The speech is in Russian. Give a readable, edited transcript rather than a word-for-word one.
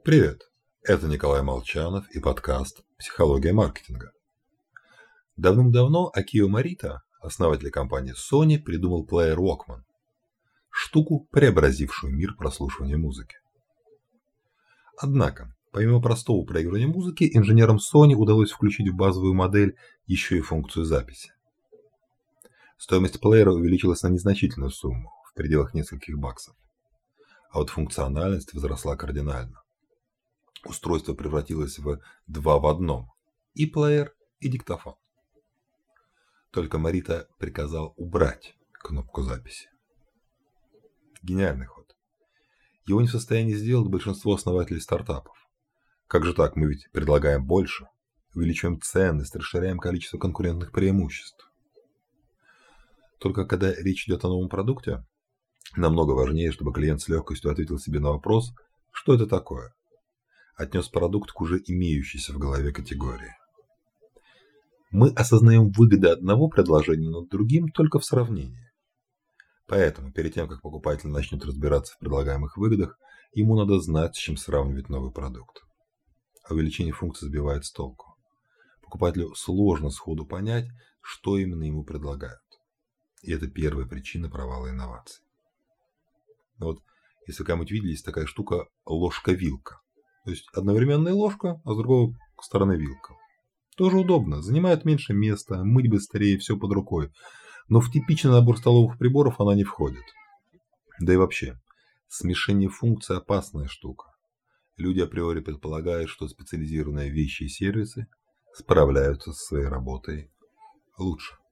Привет! Это Николай Молчанов и подкаст «Психология маркетинга». Давным-давно Акио Морита, основатель компании Sony, придумал плеер Walkman – штуку, преобразившую мир прослушивания музыки. Однако, помимо простого проигрывания музыки, инженерам Sony удалось включить в базовую модель еще и функцию записи. Стоимость плеера увеличилась на незначительную сумму, в пределах нескольких баксов, а вот функциональность возросла кардинально. Устройство превратилось в 2 в 1 – и плеер, и диктофон. Только Морита приказал убрать кнопку записи. Гениальный ход. Его не в состоянии сделать большинство основателей стартапов. Как же так, мы ведь предлагаем больше, увеличиваем ценность, расширяем количество конкурентных преимуществ. Только когда речь идет о новом продукте, намного важнее, чтобы клиент с легкостью ответил себе на вопрос, что это такое. Отнес продукт к уже имеющейся в голове категории. Мы осознаем выгоды одного предложения над другим только в сравнении. Поэтому, перед тем, как покупатель начнет разбираться в предлагаемых выгодах, ему надо знать, с чем сравнивать новый продукт. А увеличение функций сбивает с толку. Покупателю сложно сходу понять, что именно ему предлагают. И это первая причина провала инноваций. Но вот, если вы кому-нибудь видели, есть такая штука ложка-вилка. То есть одновременно и ложка, а с другой стороны вилка. Тоже удобно, занимает меньше места, мыть быстрее, все под рукой. Но в типичный набор столовых приборов она не входит. Да и вообще, смешение функций – опасная штука. Люди априори предполагают, что специализированные вещи и сервисы справляются со своей работой лучше.